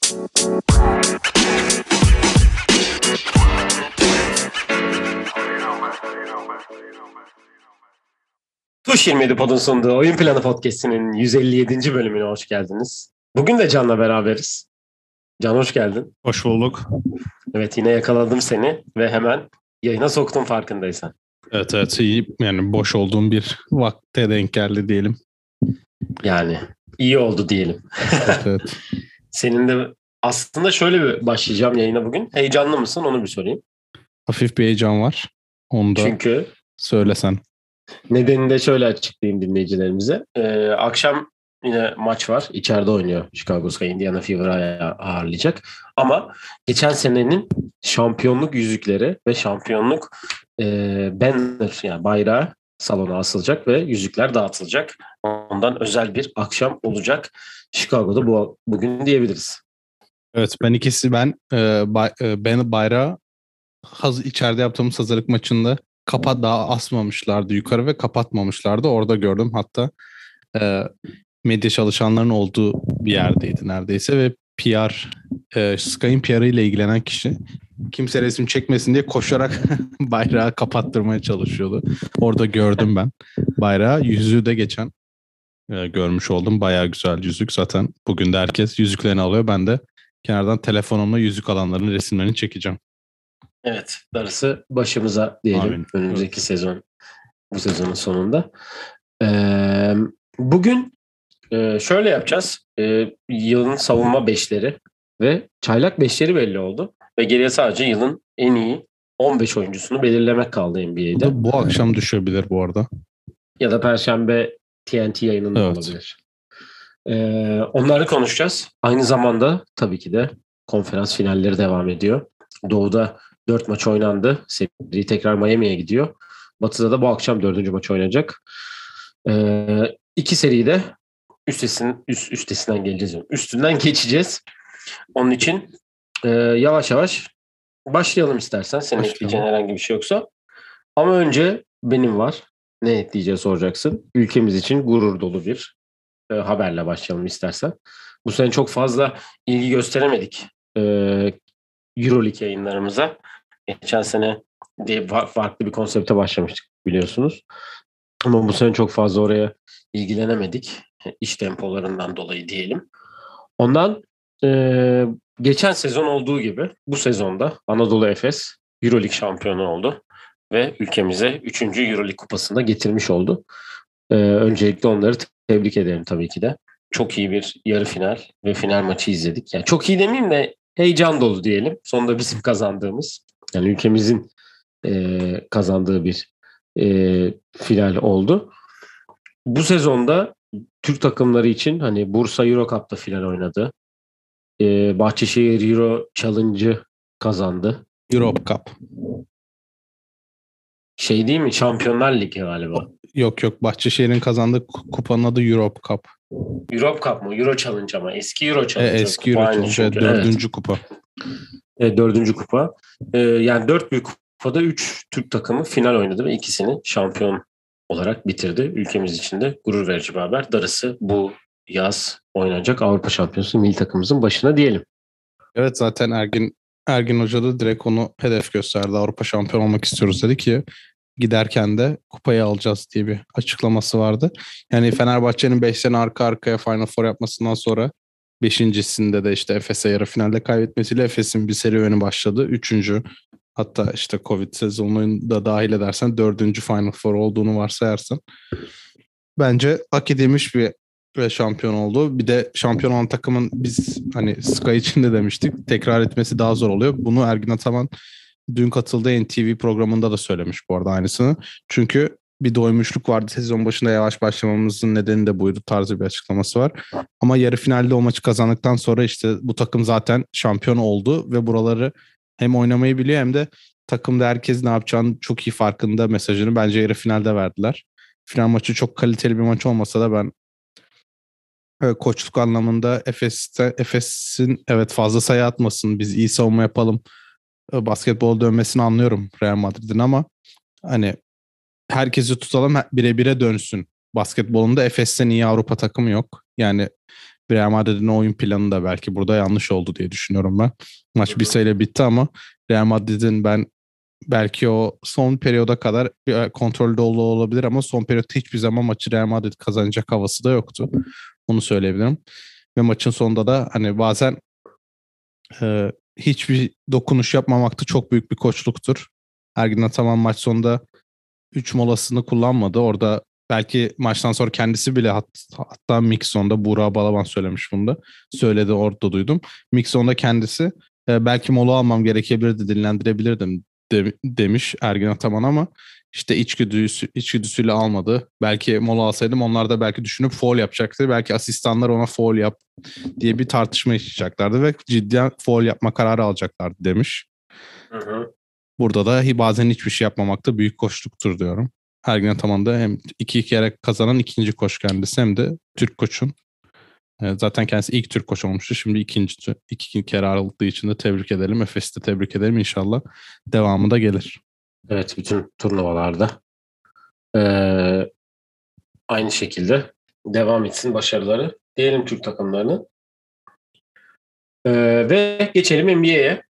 Tuş 27 Pod'un sunduğu Oyun Planı Podcast'inin 157. bölümüne hoş geldiniz. Bugün de Can'la beraberiz. Can, hoş geldin. Hoş bulduk. Evet, yine yakaladım seni ve hemen yayına soktum farkındaysan. Evet iyi, yani boş olduğum bir vakte denk geldi diyelim. Yani iyi oldu diyelim. Evet. Senin de aslında şöyle bir başlayacağım yayına bugün. Heyecanlı mısın, onu bir sorayım. Hafif bir heyecan var. Onu da Çünkü söylesen. nedenini de şöyle açıklayayım dinleyicilerimize. Akşam yine maç var. İçeride oynuyor. Chicago Sky Indiana Fever'ı ağırlayacak. Ama geçen senenin şampiyonluk yüzükleri ve şampiyonluk banner, yani bayrağı salona asılacak ve yüzükler dağıtılacak. Ondan özel bir akşam olacak Chicago'da bugün diyebiliriz. Evet, ben bayrağı içeride yaptığımız hazırlık maçında daha asmamışlardı yukarı ve kapatmamışlardı. Orada gördüm, hatta medya çalışanlarının olduğu bir yerdeydi neredeyse ve Sky'in PR'ı ile ilgilenen kişi kimse resim çekmesin diye koşarak bayrağı kapattırmaya çalışıyordu. Orada gördüm ben bayrağı. Yüzüğü de geçen görmüş oldum. Bayağı güzel yüzük. Zaten bugün de herkes yüzüklerini alıyor. Ben de kenardan telefonumla yüzük alanların resimlerini çekeceğim. Evet, darısı başımıza diyelim. Amin. Önümüzdeki Evet. sezon, bu sezonun sonunda. Bugün şöyle yapacağız. Yılın savunma beşleri ve çaylak beşleri belli oldu. Ve geriye sadece yılın en iyi 15 oyuncusunu belirlemek kaldı Bu NBA'de. da bu akşam düşebilir bu arada. Ya da Perşembe TNT yayınında Evet. olabilir. Onları konuşacağız. Aynı zamanda tabii ki de konferans finalleri devam ediyor. Doğu'da 4 maç oynandı. Seri tekrar Miami'ye gidiyor. Batı'da da bu akşam 4. maç oynanacak. İki seriyi de üstesinden geleceğiz. Üstünden geçeceğiz. Onun için yavaş yavaş başlayalım istersen. Senin ekleyeceğin herhangi bir şey yoksa. Ama önce benim var. Ne ekleyeceği soracaksın. Ülkemiz için gurur dolu bir haberle başlayalım istersen. Bu sene çok fazla ilgi gösteremedik EuroLeague yayınlarımıza. Geçen sene diye farklı bir konsepte başlamıştık biliyorsunuz. Ama bu sene çok fazla oraya ilgilenemedik. İş tempolarından dolayı diyelim. Ondan geçen sezon olduğu gibi bu sezonda Anadolu Efes EuroLeague şampiyonu oldu. Ve ülkemize 3. EuroLeague kupasını da getirmiş oldu. Öncelikle onları tebrik ederim tabii ki de. Çok iyi bir yarı final ve final maçı izledik. Yani çok iyi demeyeyim de heyecan dolu diyelim. Sonunda bizim kazandığımız, yani ülkemizin kazandığı bir final oldu. Bu sezonda Türk takımları için hani Bursa Euro Cup'ta final oynadı. Bahçeşehir Euro Challenge'ı kazandı. Europe Cup. Şey değil mi? Şampiyonlar Ligi galiba. Yok. Bahçeşehir'in kazandığı kupanın adı Europe Cup. Europe Cup mı? Euro Challenge ama. Eski Euro Challenge. Eski Euro Challenge. 4. kupa. 4. kupa. Yani 4 büyük kupada 3 Türk takımı final oynadı ve ikisini şampiyon olarak bitirdi. Ülkemiz için de gurur verici bir haber. Darısı bu yaz oynanacak Avrupa Şampiyonası milli takımımızın başına diyelim. Evet, zaten Ergin Hoca da direkt onu hedef gösterdi. Avrupa şampiyon olmak istiyoruz dedi ki giderken de kupayı alacağız diye bir açıklaması vardı. Yani Fenerbahçe'nin 5 sene arka arkaya Final Four yapmasından sonra 5.'sinde de işte Efes'e yarı finalde kaybetmesiyle Efes'in bir serüveni başladı. 3. hatta işte Covid sezonunu da dahil edersen 4. Final Four olduğunu varsayarsan bence hak edilmiş bir şampiyon oldu. Bir de şampiyon olan takımın biz hani Sky için de demiştik tekrar etmesi daha zor oluyor. Bunu Ergin Ataman dün katıldığı NTV programında da söylemiş bu arada aynısını. Çünkü bir doymuşluk vardı. Sezon başında yavaş başlamamızın nedeni de buydu tarzı bir açıklaması var. Ama yarı finalde o maçı kazandıktan sonra işte bu takım zaten şampiyon oldu ve buraları hem oynamayı biliyor hem de takımda herkes ne yapacağını çok iyi farkında mesajını bence yarı finalde verdiler. Final maçı çok kaliteli bir maç olmasa da ben koçluk anlamında Efes'in evet fazla sayı atmasın, biz iyi savunma yapalım, basketbol dönmesini anlıyorum Real Madrid'in ama hani herkesi tutalım bire bire dönsün. Basketbolunda Efes'ten iyi Avrupa takımı yok. Yani Real Madrid'in oyun planı da belki burada yanlış oldu diye düşünüyorum ben. Maç bir sayıyla bitti ama Real Madrid'in ben belki o son periyoda kadar bir kontrolde olabilir ama son periyotta hiçbir zaman maçı Real Madrid kazanacak havası da yoktu. Onu söyleyebilirim. Ve maçın sonunda da hani bazen hiçbir dokunuş yapmamak da çok büyük bir koçluktur. Ergin Ataman maç sonunda 3 molasını kullanmadı. Orada belki maçtan sonra kendisi bile hatta Mixon'da Burak Balaban söylemiş bunu da. Söyledi, orada duydum. Mixon'da kendisi belki mola almam gerekebilirdi, dinlendirebilirdim demiş Ergin Ataman ama işte içgüdüsüyle almadı. Belki mola alsaydım onlar da belki düşünüp faul yapacaktı. Belki asistanlar ona faul yap diye bir tartışma yaşayacaklardı ve cidden faul yapma kararı alacaklardı demiş. Hı hı. Burada da bazen hiçbir şey yapmamak da büyük koçluktur diyorum. Ergin Ataman da hem iki kere kazanan ikinci koç kendisi hem de Türk koçun. Zaten kendisi ilk Türk koç olmuştu. Şimdi iki kere aldığı için de tebrik edelim. Efes'i de tebrik edelim. İnşallah devamı da gelir. Evet, bütün turnuvalarda aynı şekilde devam etsin başarıları. Diyelim Türk takımlarını. Ve geçelim NBA'ye.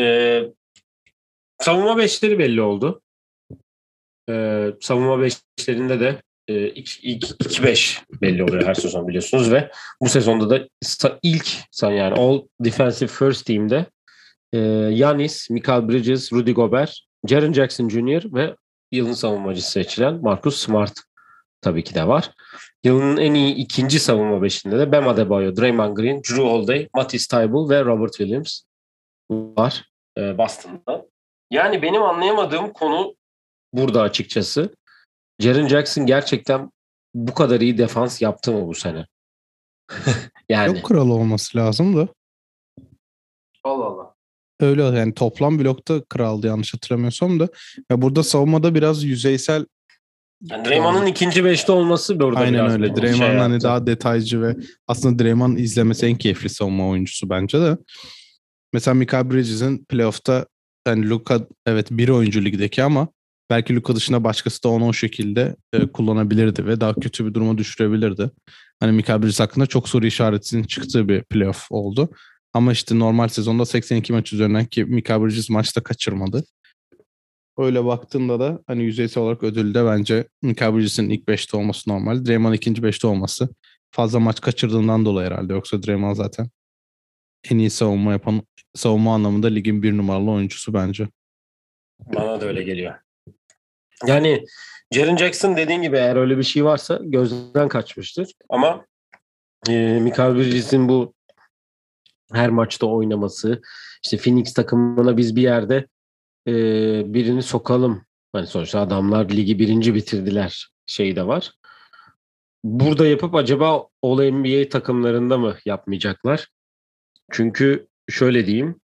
Savunma beşleri belli oldu. Savunma beşlerinde de ilk 2-5 belli oluyor her sezon biliyorsunuz ve bu sezonda da ilk yani All Defensive First Team'de Giannis, Mikal Bridges, Rudy Gobert, Jaren Jackson Jr. ve yılın savunmacısı seçilen Marcus Smart tabii ki de var. Yılın en iyi ikinci savunma beşinde de Bam Adebayo, Draymond Green, Jrue Holiday, Matisse Thybulle ve Robert Williams var Boston'da. Yani benim anlayamadığım konu burada açıkçası. Jaren Jackson gerçekten bu kadar iyi defans yaptı mı bu sene? Yani. Yok kralı olması lazım da. Allah Allah. Öyle yani toplam blokta kraldı yanlış hatırlamıyorsam da. Ya burada savunmada biraz yüzeysel. Yani Draymond'un ikinci beşte olması burada aynen biraz öyle. Draymond hani daha detaycı ve aslında Draymond izlemesi en keyifli savunma oyuncusu bence de. Mesela Mikal Bridges'in playoff'ta yani Luka evet bir oyuncu ligdeki ama belki Luka dışında başkası da onu o şekilde kullanabilirdi ve daha kötü bir duruma düşürebilirdi. Hani Mikal Bridges hakkında çok soru işaretinin çıktığı bir playoff oldu. Ama işte normal sezonda 82 maç üzerinden ki Mikal Bridges maçta kaçırmadı. Öyle baktığında da hani yüzeysel olarak ödülde bence Mikal Bridges'in ilk 5'te olması normal. Draymond ikinci 5'te olması fazla maç kaçırdığından dolayı herhalde. Yoksa Draymond zaten en iyi savunma anlamında ligin bir numaralı oyuncusu bence. Bana da öyle geliyor. Yani Jaren Jackson dediğin gibi eğer öyle bir şey varsa gözden kaçmıştır. Ama Mikal Bridges'in bu her maçta oynaması, işte Phoenix takımına biz bir yerde birini sokalım. Hani sonuçta adamlar ligi birinci bitirdiler şeyi de var. Burada yapıp acaba All-NBA takımlarında mı yapmayacaklar? Çünkü şöyle diyeyim.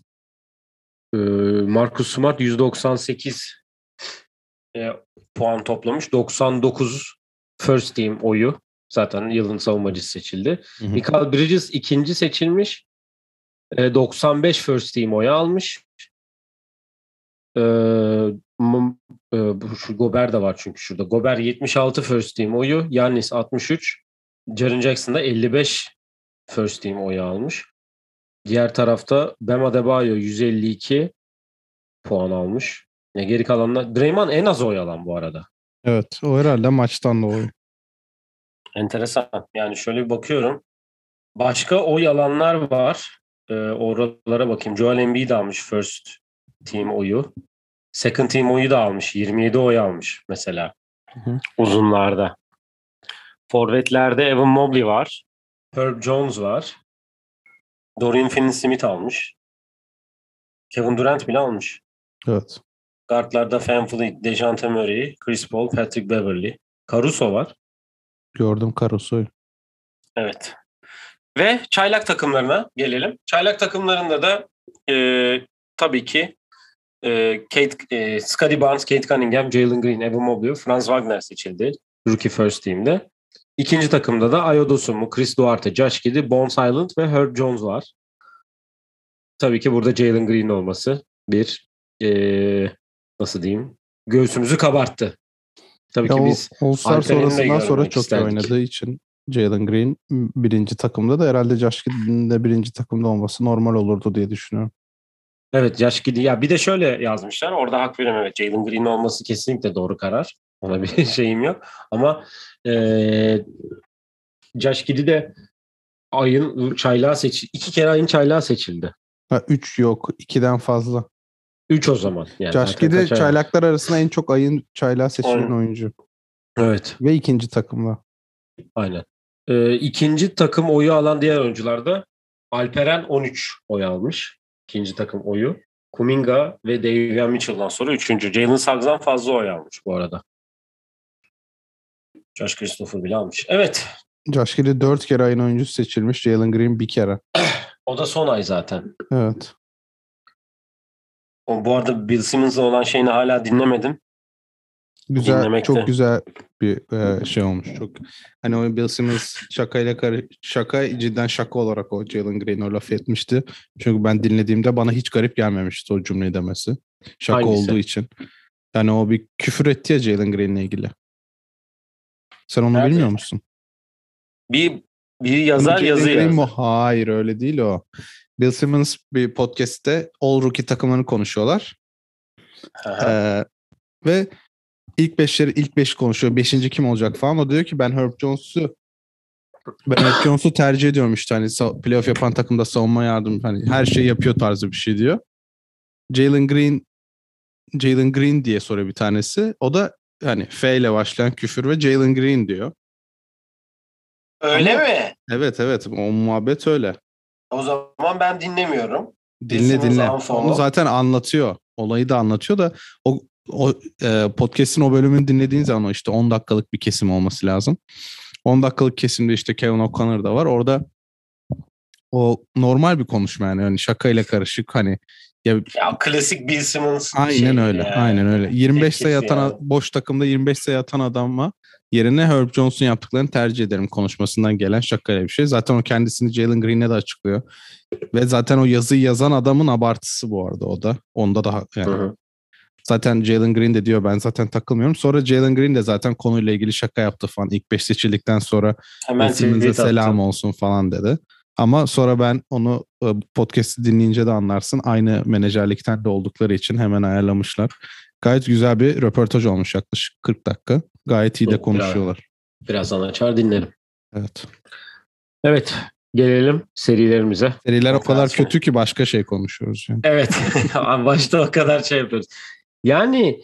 Marcus Smart 198 puan toplamış. 99 First Team oyu. Zaten yılın savunmacısı seçildi. Mikal Bridges ikinci seçilmiş. 95 First Team oyu almış. Şu Gobert de var çünkü şurada. Gobert 76 First Team oyu. Giannis 63. Jaren Jackson da 55 First Team oyu almış. Diğer tarafta Bam Adebayo 152 puan almış. Geri kalanlar Draymond en az oy alan bu arada. Evet, o herhalde maçtan dolayı. Enteresan. Yani şöyle bir bakıyorum. Başka oy alanlar var. Oralara bakayım. Joel Embiid almış First Team oyu. Second Team oyu da almış. 27 oy almış mesela. Hı. Uzunlarda. Forvetlerde Evan Mobley var. Herb Jones var. Dorian Finney-Smith almış. Kevin Durant bile almış. Evet. Guardlarda VanVleet, DeJounte Murray, Chris Paul, Patrick Beverley. Caruso var. Gördüm Caruso'yu. Evet. Ve çaylak takımlarına gelelim. Çaylak takımlarında da tabii ki Scottie Barnes, Kate Cunningham, Jalen Green, Evan Mobley, Franz Wagner seçildi. Rookie First Team'de. İkinci takımda da Ayo Dosunmu, Chris Duarte, Josh Giddey, Bones Hyland ve Herb Jones var. Tabii ki burada Jalen Green olması bir nasıl diyeyim göğsümüzü kabarttı. Tabii ki biz All-Star Alperen'i de sonrasından sonra görmek çok iyi isterdik. oynadığı için Jalen Green birinci takımda da herhalde Josh Giddey'nin de birinci takımda olması normal olurdu diye düşünüyorum. Evet, Josh Giddey. Ya bir de şöyle yazmışlar. Orada hak veriyorum, evet. Jalen Green olması kesinlikle doğru karar. Ona bir şeyim yok. Ama Josh Giddey de ayın çaylağı seçildi. 2 kere ayın çaylağı seçildi. 3 yok. 2'den fazla. 3 o zaman. Yani Josh zaten Giddey kaç ay var? çaylaklar arasında en çok ayın çaylağı seçilen oyuncu. Evet. Ve ikinci takımda. Aynen. İkinci takım oyu alan diğer oyuncularda Alperen 13 oy almış. İkinci takım oyu. Kuminga ve Davion Mitchell'dan sonra üçüncü. Jalen Suggs'dan fazla oy almış bu arada. Josh Christopher bile almış. Evet. Josh Giddey 4 kere ayın oyuncusu seçilmiş. Jalen Green 1 kere. O da son ay zaten. Evet. Bu arada Bill Simmons'la olan şeyini hala dinlemedim. Güzel, Dinlemekte. çok güzel bir şey olmuş. Çok hani o Bill Simmons şaka cidden şaka olarak o Jalen Green o laf etmişti. Çünkü ben dinlediğimde bana hiç garip gelmemişti o cümleyi demesi. Şaka Hangisi? olduğu için. Yani o bir küfür etti ya Jalen Green'le ilgili. Sen onu Nerede? bilmiyor musun? Bir yazar yazı Green yazdı. Hayır, öyle değil o. Bill Simmons bir podcast'te All Rookie takımlarını konuşuyorlar. Ve ilk 5 konuşuyor. 5. kim olacak falan. O diyor ki ben Herb Jones'u tercih ediyorum işte. Hani playoff yapan takımda savunma yardım, hani her şeyi yapıyor tarzı bir şey diyor. Jalen Green diye soruyor bir tanesi. O da hani F ile başlayan küfür ve Jalen Green diyor. Öyle mi? Evet, o muhabbet öyle. O zaman ben dinlemiyorum. Dinle. Onu zaten anlatıyor. Olayı da anlatıyor da o podcast'in o bölümünü dinlediğin zaman işte 10 dakikalık bir kesim olması lazım. 10 dakikalık kesimde işte Kevin O'Connor da var. Orada o normal bir konuşma yani şakayla karışık hani ya klasik Bill Simmons aynen öyle. Yani. Aynen öyle. 25 sayı atan yani. Boş takımda 25 sayı atan adama yerine Herb Jones'un yaptıklarını tercih ederim konuşmasından gelen şakayla bir şey. Zaten o kendisini Jalen Green'e de açıklıyor. Ve zaten o yazıyı yazan adamın abartısı bu arada o da. Onda da yani. Hı-hı. Zaten Jalen Green de diyor ben zaten takılmıyorum. Sonra Jalen Green de zaten konuyla ilgili şaka yaptı falan. İlk 5 seçildikten sonra hemen Simmons'e selam olsun falan dedi. Ama sonra ben onu podcast'i dinleyince de anlarsın. Aynı menajerlikten de oldukları için hemen ayarlamışlar. Gayet güzel bir röportaj olmuş, yaklaşık 40 dakika. Gayet iyi de konuşuyorlar. Birazdan açar dinlerim. Evet. Evet. Gelelim serilerimize. Seriler o kadar kötü ki başka şey konuşuyoruz yani. Evet. Başta o kadar şey yapıyoruz. Yani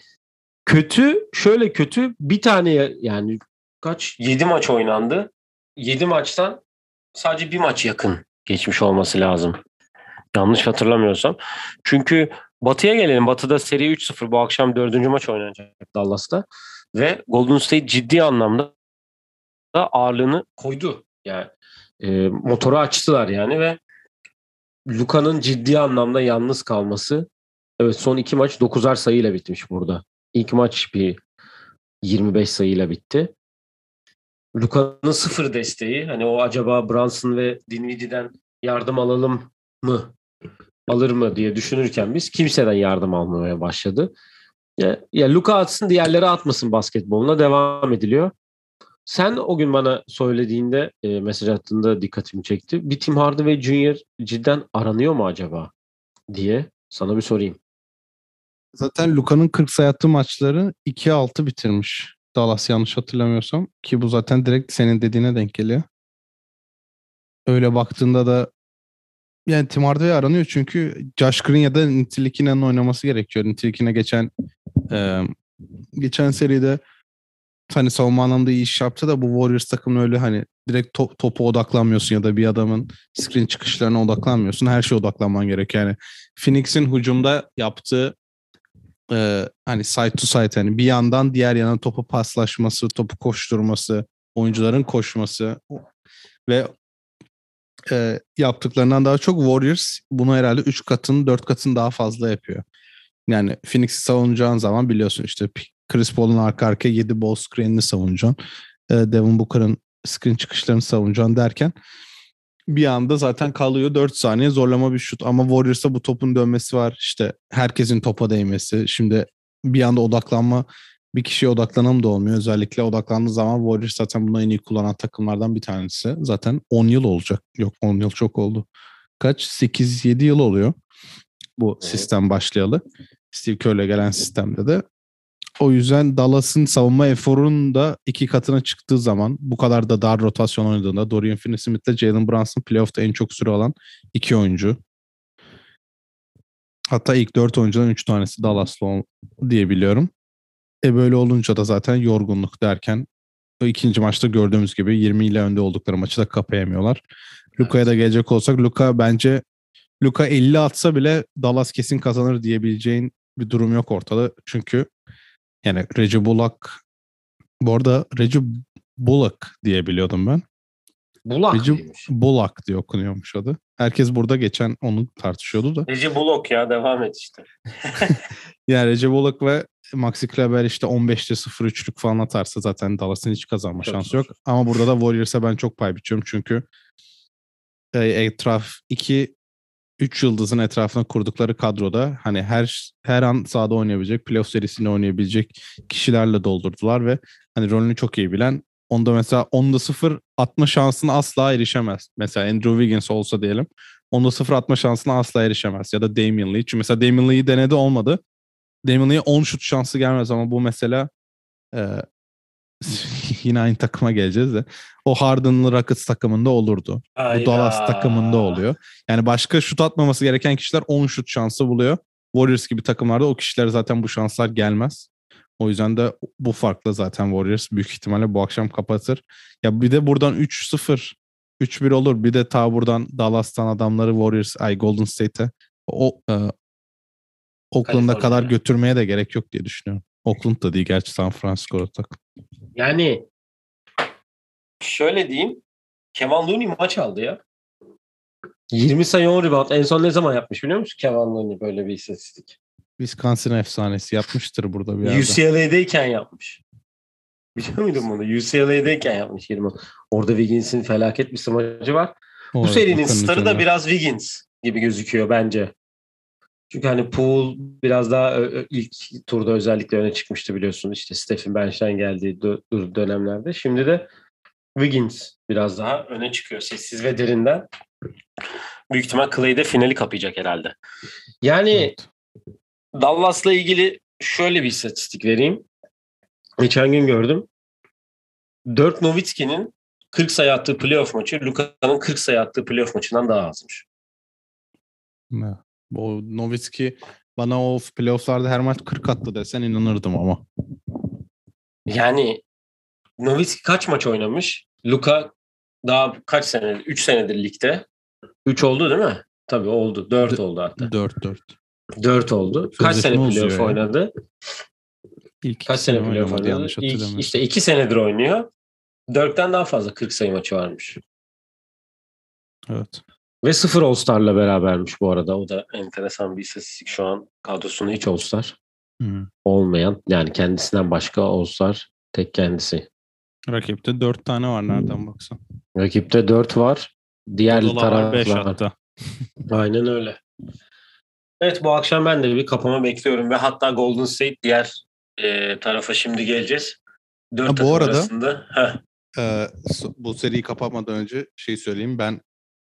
şöyle kötü bir tane yani 7 maç oynandı. 7 maçtan sadece bir maç yakın geçmiş olması lazım. Yanlış hatırlamıyorsam. Çünkü Batı'ya gelelim. Batı'da seri 3-0 bu akşam 4. maç oynanacak Dallas'ta. Ve Golden State ciddi anlamda ağırlığını koydu. Yani motoru açtılar yani ve Luka'nın ciddi anlamda yalnız kalması. Evet, son 2 maç 9'ar sayıyla bitmiş burada. İlk maç bir 25 sayıyla bitti. Luka'nın 0 desteği, hani o acaba Brunson ve Dinwiddie'den yardım alalım mı, alır mı diye düşünürken biz kimseden yardım almamaya başladı. Ya Luka atsın, diğerleri atmasın basketboluna devam ediliyor. Sen o gün bana söylediğinde mesaj attığında dikkatimi çekti. Bir Tim Hardaway Jr. cidden aranıyor mu acaba diye sana bir sorayım. Zaten Luka'nın 40 sayı attığı maçları 2-6 bitirmiş. Dallas, yanlış hatırlamıyorsam. Ki bu zaten direkt senin dediğine denk geliyor. Öyle baktığında da yani Tim Hardaway aranıyor çünkü Josh Green ya da Nitilikina'nın oynaması gerekiyor. Nitilikina geçen seride hani savunma anlamda iyi iş yaptı da bu Warriors takımı öyle hani direkt topa odaklanmıyorsun ya da bir adamın screen çıkışlarına odaklanmıyorsun. Her şeye odaklanman gerekiyor. Yani Phoenix'in hücumda yaptığı hani side to side, hani bir yandan diğer yana topu paslaşması, topu koşturması, oyuncuların koşması ve yaptıklarından daha çok Warriors bunu herhalde 3 katın 4 katın daha fazla yapıyor. Yani Phoenix'i savunacağın zaman biliyorsun işte Chris Paul'un arka arkaya 7 ball screen'ini savunacaksın. Devin Booker'ın screen çıkışlarını savunacaksın derken bir anda zaten kalıyor 4 saniye zorlama bir şut. Ama Warriors'ta bu topun dönmesi var. İşte herkesin topa değmesi. Şimdi bir anda odaklanma bir kişiye odaklanım da olmuyor. Özellikle odaklandığı zaman Warriors zaten bunu en iyi kullanan takımlardan bir tanesi. Zaten 10 yıl olacak. Yok, 10 yıl çok oldu. Kaç? 8-7 yıl oluyor bu sistem başlayalı. Steve Kerr'le gelen sistemde de. O yüzden Dallas'ın savunma eforunun da 2 katına çıktığı zaman, bu kadar da dar rotasyon oynadığında, Dorian Finney-Smith ile Jalen Brunson playoff'ta en çok süre alan 2 oyuncu. Hatta ilk 4 oyuncudan 3 tanesi Dallas'lı diye biliyorum. Böyle olunca da zaten yorgunluk derken o ikinci maçta gördüğümüz gibi 20 ile önde oldukları maçı da kapayamıyorlar. Luka'ya da gelecek olsak, Luka 50 atsa bile Dallas kesin kazanır diyebileceğin bir durum yok ortada. Çünkü yani Reggie Bullock, bu arada Reggie Bullock diye biliyordum ben. Bulak Reggie mıymış? Bullock diye okunuyormuş adı. Herkes burada geçen onu tartışıyordu da. Reggie Bullock ya, devam et işte. Yani Reggie Bullock ve Maxi Kleber işte 15'te 0-3'lük falan atarsa zaten Dallas'ın hiç kazanma Çok şansı zor. yok. Ama burada da Warriors'a ben çok pay biçiyorum. Çünkü etraf 2-3 yıldızın etrafına kurdukları kadroda hani her an sahada oynayabilecek, playoff serisinde oynayabilecek kişilerle doldurdular ve hani rolünü çok iyi bilen, onda mesela 10'da 0 atma şansına asla erişemez. Mesela Andrew Wiggins olsa diyelim, 10'da 0 atma şansına asla erişemez. Ya da Damian Lee. Çünkü mesela Damian Lee'yi denedi, olmadı. Damian Lee'ye 10 şut şansı gelmez ama bu mesela e, yine aynı takıma geleceğiz de, o Harden'lı Rockets takımında olurdu. Bu Dallas takımında Hayda. oluyor. Yani başka şut atmaması gereken kişiler 10 şut şansı buluyor. Warriors gibi takımlarda o kişilere zaten bu şanslar gelmez. O yüzden de bu farklı zaten Warriors büyük ihtimalle bu akşam kapatır. Ya bir de buradan 3-0, 3-1 olur. Bir de ta buradan Dallas'tan adamları Golden State'e Oakland'a kadar Kaliforniya'ya. götürmeye de gerek yok diye düşünüyorum. Oakland da değil gerçi, San Francisco takım. Yani şöyle diyeyim. Kevin Looney maç aldı ya. 20 sayı 10 rebound. En son ne zaman yapmış biliyor musun Kevin Looney böyle bir istatistik? Wisconsin efsanesi yapmıştır burada bir yerde. UCLA'deyken yapmış. Biliyor muydun bunu? UCLA'deyken yapmış 20. Orada Wiggins'in felaket bir smacı var. Bu Evet, serinin Luka'nın starı da üzerine. biraz Wiggins gibi gözüküyor bence. Çünkü hani Poole biraz daha ilk turda özellikle öne çıkmıştı biliyorsun. İşte Stephen bench'ten geldiği dönemlerde. Şimdi de Wiggins biraz daha öne çıkıyor sessiz ve derinden. Büyük ihtimal Clay'de finali kapayacak herhalde. Yani Evet. Dallas'la ilgili şöyle bir istatistik vereyim. Geçen gün gördüm. Dirk Nowitzki'nin 40 sayı attığı playoff maçı Luka'nın 40 sayı attığı playoff maçından daha azmış. O Nowitzki bana o playoff'larda her maç 40 attı desen inanırdım ama. Yani Nowitzki kaç maç oynamış? Luka daha kaç senedir? 3 senedir ligde. 3 oldu değil mi? Tabii oldu. 4 oldu hatta. 4-4. 4 oldu. Kaç Sözleşme sene uzuyor playoff ya. oynadı? İlk Kaç 2 sene sene playoff oynamadı oynadı? yanlış İlk, işte hatırlamıyorsam. 2 senedir oynuyor. Dirk'ten daha fazla 40 sayı maçı varmış. Evet. Ve 0 All-Star'la berabermiş bu arada. O da enteresan bir istatistik şu an. Kadrosunda hiç All-Star olmayan. Yani kendisinden başka All-Star tek kendisi. Rakipte 4 tane var nereden baksan. Rakipte 4 var. Diğer Odala var 5 taraflar. hatta. Aynen öyle. Evet, bu akşam ben de bir kapama bekliyorum ve hatta Golden State diğer tarafa şimdi geleceğiz. 4 Bu takım arada arasında. bu seriyi kapatmadan önce şey söyleyeyim. Ben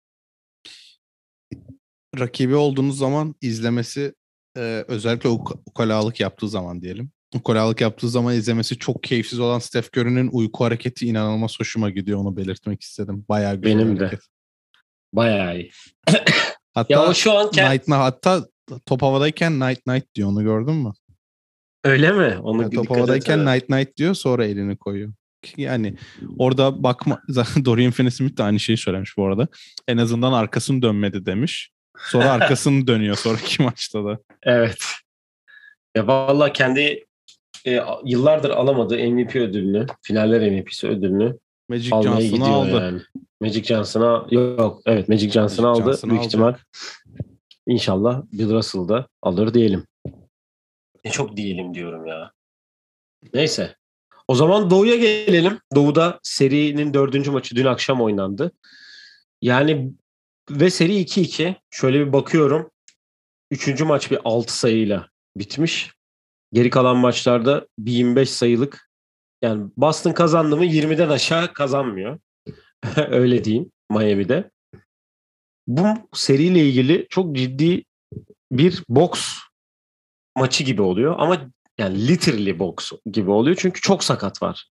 rakibi olduğunuz zaman izlemesi, özellikle ukalalık yaptığı zaman diyelim. Ukalalık yaptığı zaman izlemesi çok keyifsiz olan Steph Curry'nin uyku hareketi inanılmaz hoşuma gidiyor, onu belirtmek istedim. Bayağı güzel Benim hareket. de. Bayağı iyi. Ya o Hatta şu an hatta top havadayken night diyor, onu gördün mü? öyle mi? Onu Top dikkat havadayken etmedim. night diyor, sonra elini koyuyor. Yani orada bakma, zaten Dorian Finney-Smith de aynı şeyi söylemiş bu arada. En azından arkasını dönmedi demiş. Sonra arkasını dönüyor sonraki maçta da. Evet. Ya vallahi kendi yıllardır alamadığı MVP ödülünü, finaller MVP'si ödülünü Magic almaya Johnson'ı gidiyor aldı. yani. Magic Johnson'a yok. Evet, Magic Johnson'ı Magic aldı. Johnson'ı Büyük ihtimal alacak. inşallah Bill Russell da alır diyelim. Ne çok diyelim diyorum ya. Neyse. O zaman Doğu'ya gelelim. Doğu'da serinin 4. maçı dün akşam oynandı. Yani ve seri 2-2. Şöyle bir bakıyorum. 3. maç bir 6 sayıyla bitmiş. Geri kalan maçlarda bir 25 sayılık, yani Boston kazandı mı 20'den aşağı kazanmıyor. Öyle diyeyim Miami'de. Bu seriyle ilgili çok ciddi bir boks maçı gibi oluyor ama yani literally boks gibi oluyor çünkü çok sakat var.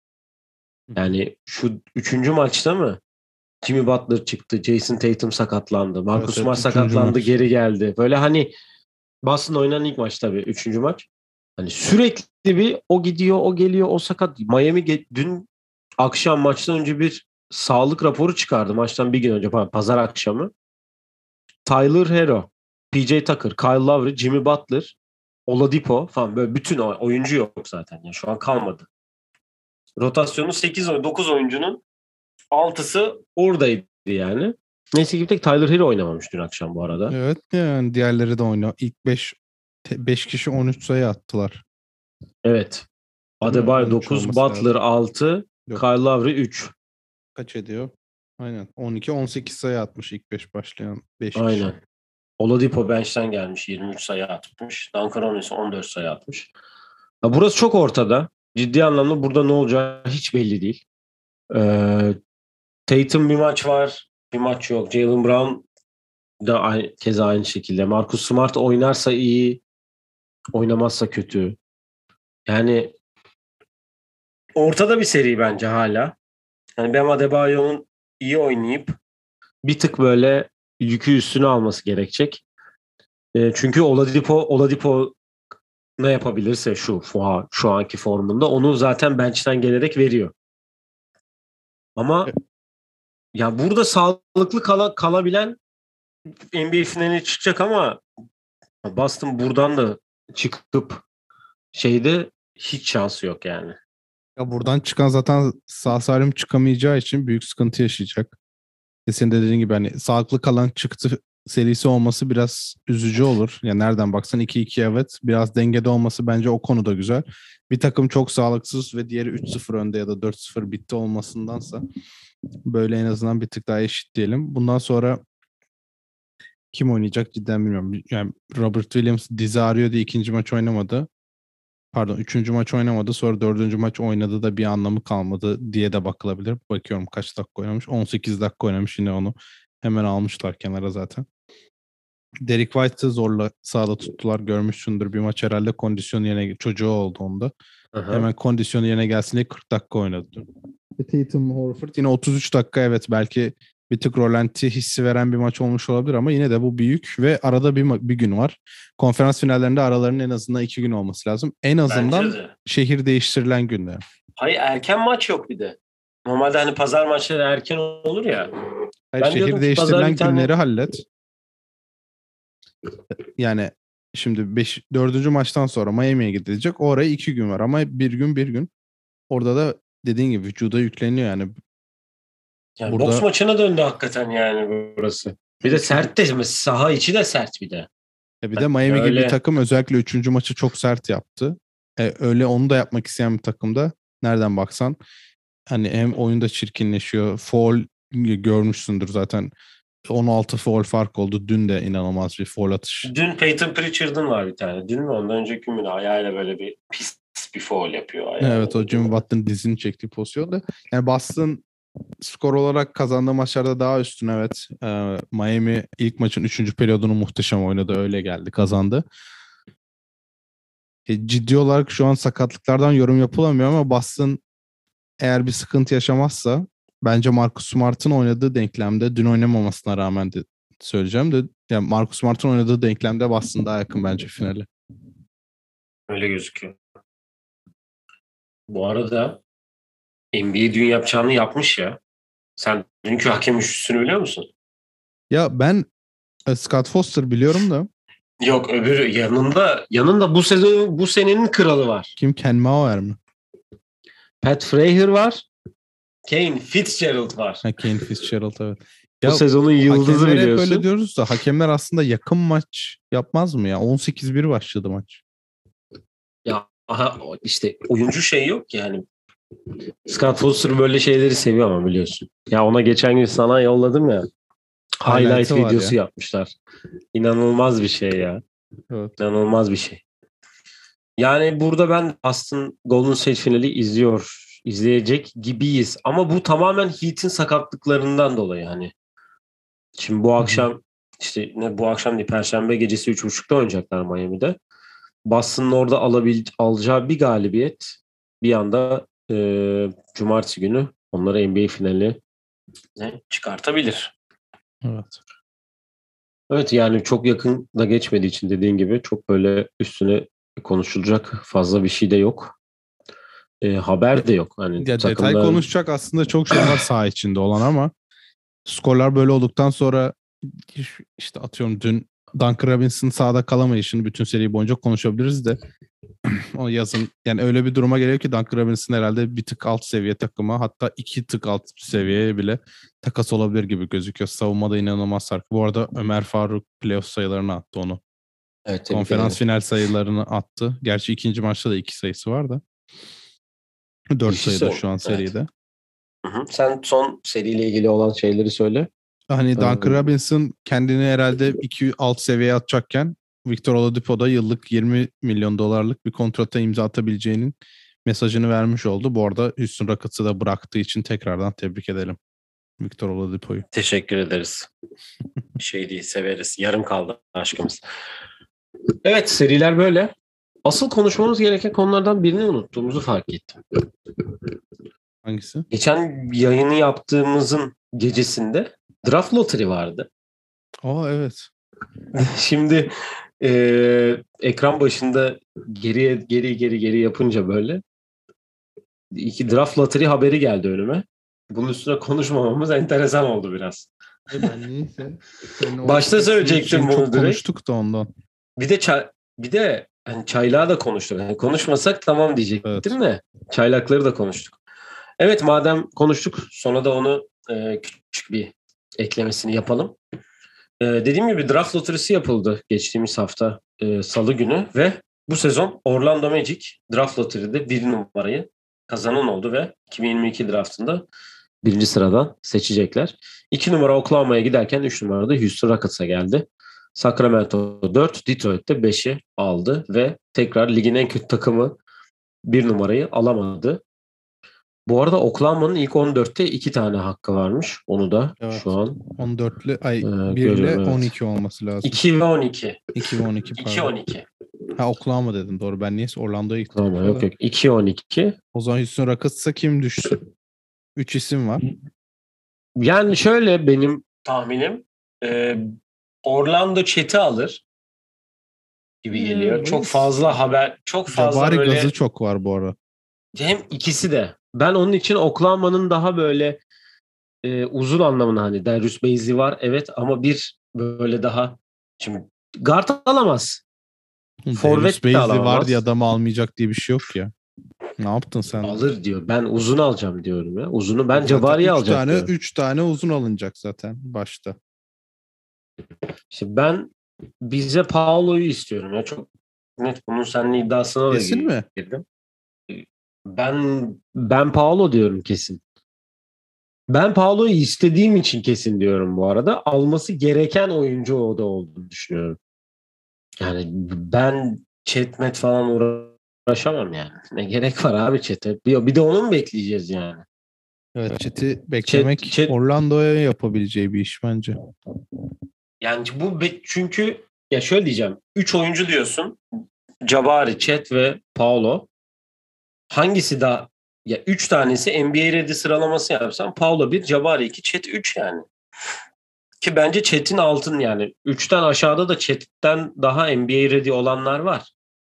Yani şu üçüncü maçta mı? Jimmy Butler çıktı, Jason Tatum sakatlandı, Evet, Marcus evet, Smart üçüncü sakatlandı, maç. geri geldi. Böyle hani Boston oynanan ilk maç tabii, üçüncü maç. Hani sürekli bir o gidiyor, o geliyor, o sakat. Miami dün akşam maçtan önce bir sağlık raporu çıkardı. Maçtan bir gün önce, pazar akşamı. Tyler Hero, PJ Tucker, Kyle Lowry, Jimmy Butler, Oladipo falan, böyle bütün oyuncu yok zaten. Yani şu an kalmadı. Rotasyonu 9 oyuncunun 6'sı oradaydı yani. Neyse ki bir tek Tyler Hero oynamamış dün akşam bu arada. Evet, yani diğerleri de oynuyor. İlk 5 kişi 13 sayı attılar. Evet. Değil mi? Adebayo 13 9, olması Butler lazım. 6, Yok. Kyle Lowry 3. Kaç ediyor? Aynen. 12-18 sayı atmış ilk 5 başlayan 5 kişi. Aynen. Oladipo bench'ten gelmiş, 23 sayı atmış. Duncan Robinson 14 sayı atmış. Ya burası çok ortada. Ciddi anlamda burada ne olacağı hiç belli değil. Ee, Tatum bir maç var, bir maç yok. Jaylen Brown da keza aynı şekilde. Marcus Smart oynarsa iyi, oynamazsa kötü. Yani ortada bir seri bence hala. Yani Bam Adebayo'nun iyi oynayıp bir tık böyle yükü üstüne alması gerekecek. Çünkü Oladipo ne yapabilirse şu anki formunda onu zaten bench'ten gelerek veriyor. Ama ya burada sağlıklı kalabilen NBA finaline çıkacak ama Boston buradan da çıkıp şeyde hiç şansı yok yani. Ya buradan çıkan zaten sağ salim çıkamayacağı için büyük sıkıntı yaşayacak. Senin de dediğin gibi hani sağlıklı kalan çıktı serisi olması biraz üzücü olur. Yani nereden baksan 2-2, evet. Biraz dengede olması bence o konuda güzel. Bir takım çok sağlıksız ve diğeri 3-0 önde ya da 4-0 bitti olmasındansa böyle en azından bir tık daha eşit diyelim. Bundan sonra kim oynayacak cidden bilmiyorum. Yani Robert Williams dizi ağrıyor diye ikinci maç oynamadı. Pardon, üçüncü maç oynamadı. Sonra dördüncü maç oynadı da bir anlamı kalmadı diye de bakılabilir. Bakıyorum kaç dakika oynamış. 18 dakika oynamış, yine onu hemen almışlar kenara zaten. Derek White'ı zorla sahada tuttular. Görmüşsündür, bir maç herhalde kondisyonu yerine, çocuğu oldu onda. Aha. Hemen kondisyonu yerine gelsin diye 40 dakika oynadı. Tatum, Horford yine 33 dakika, evet, belki bir tık rolanti hissi veren bir maç olmuş olabilir ama yine de bu büyük ve arada bir gün var. Konferans finallerinde aralarının en azından 2 gün olması lazım. En Bence azından de. şehir değiştirilen günler. Hayır, erken maç yok bir de. Normalde hani pazar maçları erken olur ya. Hayır, Ben şehir diyordum ki pazar bir değiştirilen tane. günleri hallet. Yani şimdi 4. maçtan sonra Miami'ye gidilecek. Oraya 2 gün var ama bir gün bir gün. Orada da dediğin gibi vücuda yükleniyor yani. Yani boks Burada maçına döndü hakikaten yani burası. Bir de çünkü sert de, saha içi de sert bir de. bir de Hani Miami gibi bir öyle takım özellikle 3. maçı çok sert yaptı. Öyle onu da yapmak isteyen bir takımda nereden baksan hani hem oyunda çirkinleşiyor. Foul görmüşsündür zaten. 16 foul fark oldu. Dün de inanılmaz bir foul atış. dün Peyton Pritchard'ın var bir tane. Dün mü ondan önceki gün mü, ayağıyla böyle bir pis bir foul yapıyor Evet, ayağıyla. o Jimmy Butler'ın dizini çektiği pozisyonda. Yani Boston skor olarak kazandığı maçlarda daha üstün, evet. Miami ilk maçın 3. periyodunu muhteşem oynadı. Öyle geldi, kazandı. Ciddi olarak şu an sakatlıklardan yorum yapılamıyor ama Boston eğer bir sıkıntı yaşamazsa bence Marcus Smart'ın oynadığı denklemde, dün oynamamasına rağmen de söyleyeceğim de, yani Marcus Smart'ın oynadığı denklemde Boston daha yakın bence finale. Öyle gözüküyor. Bu arada NBA dün yapacağını yapmış ya. Sen dünkü hakem üçlüsünü biliyor musun? Ya ben Scott Foster biliyorum da Yok, öbürü yanında bu senenin kralı var. kim, Ken Mauer mi? Pat Frazier var. Kane Fitzgerald var. Ha, Kane Fitzgerald, evet. Bu Ya sezonun yıldızı hakemlere hep öyle biliyorsun. diyoruz da hakemler aslında yakın maç yapmaz mı ya? 18-1 başladı maç. Ya işte oyuncu şey yok yani. Scott Foster böyle şeyleri seviyor ama biliyorsun. Ya ona geçen gün sana yolladım ya. Highlight Highlight'ı var videosu ya. yapmışlar. İnanılmaz bir şey ya. Evet. İnanılmaz bir şey. Yani burada ben Boston Golden State finali izleyecek gibiyiz. Ama bu tamamen Heat'in sakatlıklarından dolayı hani. Şimdi bu Hı hı. akşam işte ne bu akşam değil Perşembe gecesi 3.30'da oynayacaklar Miami'de. Boston'ın orada alacağı bir galibiyet bir anda Cumartesi günü onları NBA finaline çıkartabilir. Evet. Evet yani çok yakın da geçmediği için dediğin gibi çok böyle üstüne konuşulacak fazla bir şey de yok. Ya, Haber de yok. Hani ya detay takımların konuşacak aslında çok şey var saha içinde olan ama skorlar böyle olduktan sonra işte atıyorum dün Duncan Robinson sahada kalamayışını bütün seri boyunca konuşabiliriz de o yazın yani öyle bir duruma geliyor ki Duncan Robinson herhalde bir tık alt seviye takıma hatta iki tık alt seviyeye bile takas olabilir gibi gözüküyor. Savunmada inanılmaz sark. Bu arada Ömer Faruk playoff sayılarını attı onu. evet tebrik Konferans ederim. final sayılarını attı. Gerçi ikinci maçta da iki sayısı var da. Bir Dört şey sayıda söyle. şu an Evet. seride. Hı hı. Sen son seriyle ilgili olan şeyleri söyle. Hani Duncan Ben... Robinson kendini herhalde iki alt seviyeye atacakken Victor Oladipo da yıllık 20 milyon dolarlık bir kontrata imza atabileceğinin mesajını vermiş oldu. Bu arada Houston Rockets'ı da bıraktığı için tekrardan tebrik edelim Victor Oladipo'yu. Teşekkür ederiz. Şey değil severiz. Yarım kaldı aşkımız. Evet seriler böyle. Asıl konuşmamız gereken konulardan birini unuttuğumuzu fark ettim. Hangisi? Geçen yayını yaptığımızın gecesinde draft lottery vardı. Aa evet. Şimdi ekran başında geri yapınca böyle iki draft lottery haberi geldi önüme. Bunun üstüne konuşmamamız enteresan oldu biraz. Ben neyse. Senin o Başta söyleyecektim şeyini çok bunu direkt. konuştuk da ondan. Bir de bir de hani çaylağı da konuştuk. Yani konuşmasak tamam Evet. diyecektim de çaylakları da konuştuk. Evet madem konuştuk sonra da onu küçük bir eklemesini yapalım. Dediğim gibi draft loterisi yapıldı geçtiğimiz hafta Salı günü ve bu sezon Orlando Magic draft loteride bir numarayı kazanan oldu ve 2022 draftında birinci sıradan seçecekler. 2 numara Oklahoma'ya giderken 3 numarada Houston Rockets'a geldi. Sacramento 4, Detroit'te 5'i aldı ve tekrar ligin en kötü takımı bir numarayı alamadı. Bu arada Oklahoma'nın ilk 14'te 2 tane hakkı varmış. Onu da şu Evet. an 14'lü ay 1 ile görüyorum evet. 12 olması lazım. 2 ve 12. 2 ve 12 2 pardon. 12. Ha Oklahoma dedim doğru. Ben niyeyse Orlando'ya gittim Tamam kafa yok da. yok. 2 12. O zaman Houston Rockets'a kim düşsün? 3 isim var. Yani şöyle benim tahminim Orlando Chat'i alır gibi geliyor. Çok fazla haber, çok fazla Jabari gazı böyle çok var bu ara. hem ikisi de. Ben onun için Oklahoma'nın daha böyle uzun anlamına hani Darius Bazley var evet ama bir böyle daha şimdi guard alamaz. Darius Forvet de Bazley var diye alamaz. adamı almayacak diye bir şey yok ya. Ne yaptın sen de? Alır diyor. Ben uzun alacağım diyorum ya. Uzunu ben Zaten Jabari'yi alacak diyorum. 3 tane uzun alınacak zaten başta. İşte ben bize Paolo'yu istiyorum ya. Çok net bunun seninle iddiasına da Kesin mi? girdim. Ben Paolo diyorum kesin. Ben Paolo'yu istediğim için kesin diyorum bu arada. Alması gereken oyuncu o da olduğunu düşünüyorum. Yani ben chatmet falan uğraşamam yani. Ne gerek var abi chat'e? Bir de onu mu bekleyeceğiz yani? Evet, Chet'i Chat, beklemek chat Orlando'ya yapabileceği bir iş bence. yani çünkü ya şöyle diyeceğim. 3 oyuncu diyorsun. Jabari, Chet ve Paolo. Hangisi daha ya 3 tanesi NBA ready sıralaması yapsam Paolo bir, Jabari 2, Chet 3 yani. Ki bence Chet'in altın yani. Üçten aşağıda da Chet'ten daha NBA ready olanlar var.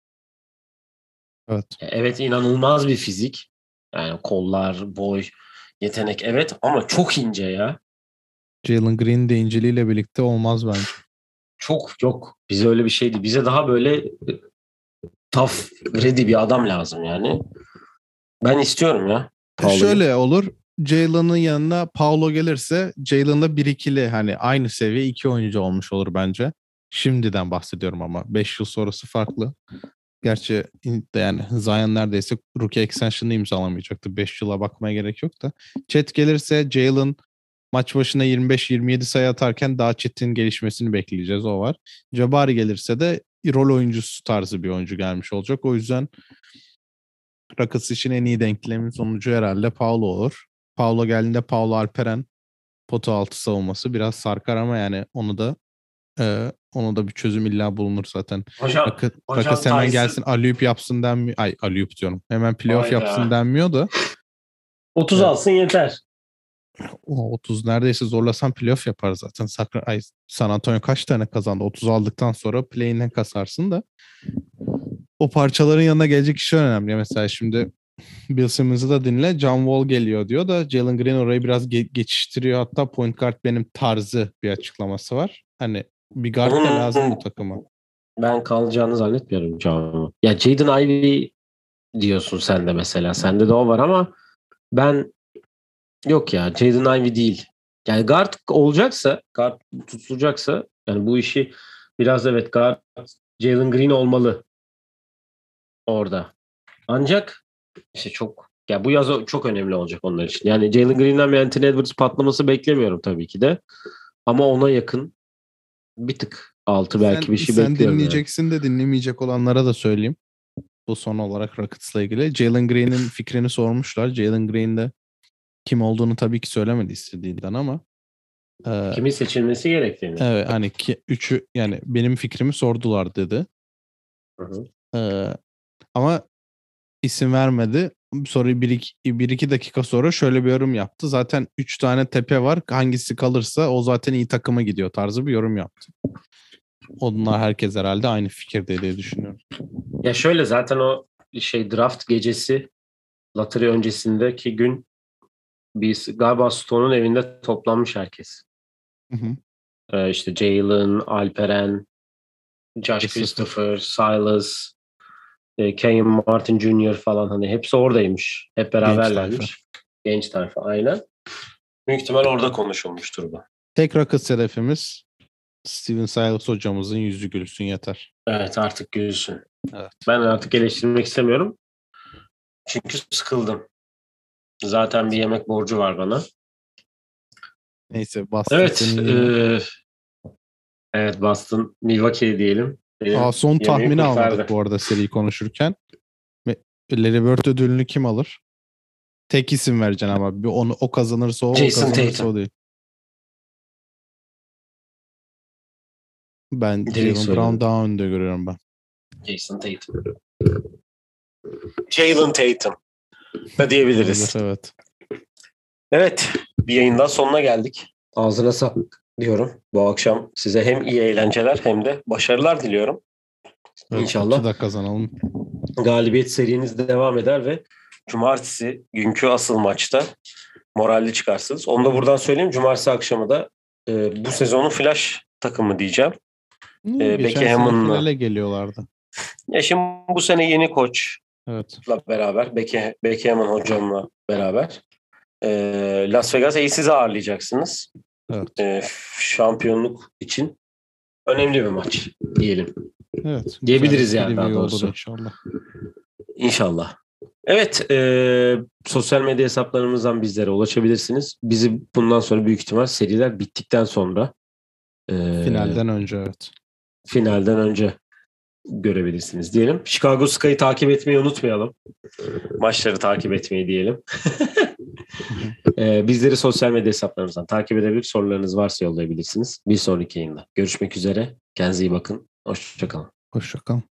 Evet. Evet inanılmaz bir fizik. Yani kollar, boy, yetenek evet ama çok ince ya. Jalen Green de inceliğiyle birlikte olmaz bence. Çok yok. Bize öyle bir şeydi. Bize daha böyle tough, ready bir adam lazım yani. Ben istiyorum ya Paolo'yu. Şöyle olur. Jalen'ın yanına Paulo gelirse Jalen'la bir ikili hani aynı seviye iki oyuncu olmuş olur bence. Şimdiden bahsediyorum ama 5 yıl sonrası farklı. Gerçi yani Zion neredeyse rookie extension'ını imzalamayacaktı. 5 yıla bakmaya gerek yok da. Chet gelirse Jalen maç başına 25-27 sayı atarken daha çetin gelişmesini bekleyeceğiz. O var. Jabari gelirse de rol oyuncusu tarzı bir oyuncu gelmiş olacak. O yüzden Rockets için en iyi denklemin sonucu herhalde Paolo olur. Paolo geldiğinde Paolo Alperen potu altı savunması biraz sarkar ama yani onu da bir çözüm illa bulunur zaten. Hocam Rockets hemen Tyson. gelsin alley-oop yapsın denmiyor. Ay alley-oop diyorum. Hemen playoff Hayda. yapsın denmiyor da. 30 alsın yeter. O 30 neredeyse zorlasan playoff yapar zaten. San Antonio kaç tane kazandı? 30 aldıktan sonra play-in'e kasarsın da. O parçaların yanına gelecek kişi önemli. Mesela şimdi Bill Simmons'ı da dinle. John Wall geliyor diyor da Jalen Green orayı biraz geçiştiriyor. Hatta point guard benim tarzı bir açıklaması var. Hani bir guard da lazım bu takıma. Ben kalacağını zannetmiyorum Can'ı. Ya Jaden Ivey diyorsun sen de mesela. Sende de o var ama ben yok ya Jaden Ivey değil. Yani guard olacaksa, guard tutulacaksa yani bu işi biraz evet guard Jalen Green olmalı orada. Ancak işte ya bu yaz çok önemli olacak onlar için. Yani Jalen Green'den bir Anthony Edwards patlaması beklemiyorum tabii ki de. Ama ona yakın bir tık altı belki bir şey bekliyorum. Sen dinleyeceksin de dinlemeyecek olanlara da söyleyeyim. Bu son olarak Rockets'la ilgili. Jalen Green'in fikrini sormuşlar. Jalen Green de kim olduğunu tabii ki söylemedi istediğinden ama kimin seçilmesi gerektiğini. Evet hani üçü yani benim fikrimi sordular dedi. Hı. Ama isim vermedi. Sonra bir iki dakika sonra şöyle bir yorum yaptı. Zaten 3 tane tepe var. Hangisi kalırsa o zaten iyi takıma gidiyor tarzı bir yorum yaptı. Onlar herkes herhalde aynı fikirde diye düşünüyorum. Ya şöyle zaten o draft gecesi lottery öncesindeki gün galiba Stone'un evinde toplanmış herkes. Hı hı. İşte Jalen, Alperen, Josh Christopher, Silas, Kenyon Martin Jr. falan hani hepsi oradaymış. Hep beraberlermiş. Genç tayfa aynen. Büyük ihtimal orada konuşulmuştur bu. Tek Rockets hedefimiz Steven Silas hocamızın yüzü gülsün yeter. Evet artık gülsün. Evet. Ben artık eleştirmek istemiyorum. Çünkü sıkıldım. Zaten bir yemek borcu var bana. Neyse Boston. Evet Boston Milwaukee diyelim. Son tahmini almadık bu arada seri konuşurken. Larry Bird ödülünü kim alır? Tek isim vereceksin ama o kazanırsa o kazanırsa Tatum. o değil. Ben Jalen Brown daha önde görüyorum ben. Jason Tatum. Jalen Tatum da diyebiliriz. Evet. Evet, bir yayın daha sonuna geldik. Ağzına sağlık diyorum. Bu akşam size hem iyi eğlenceler hem de başarılar diliyorum. Evet, İnşallah da kazanalım. Galibiyet seriniz devam eder ve cumartesi günkü asıl maçta moralli çıkarsınız. Onu da buradan söyleyeyim. Cumartesi akşamı da bu sezonun flash takımı diyeceğim. Geçen sene finale geliyorlardı. Ya şimdi bu sene yeni koçla beraber, Becky Hammon hocamla beraber Las Vegas Ace's'i ağırlayacaksınız. Evet. Şampiyonluk için önemli bir maç diyelim. Evet. Diyebiliriz yani daha doğrusu. İnşallah. İnşallah. Evet. Sosyal medya hesaplarımızdan bizlere ulaşabilirsiniz. Bizi bundan sonra büyük ihtimal seriler bittikten sonra finalden önce evet. Finalden önce görebilirsiniz diyelim. Chicago Sky'ı takip etmeyi unutmayalım. Maçları takip etmeyi diyelim. Bizleri sosyal medya hesaplarımızdan takip edebilir. Sorularınız varsa yollayabilirsiniz. Bir sonraki yayında. Görüşmek üzere. Kendinize iyi bakın. Hoşça kalın. Hoşça kalın.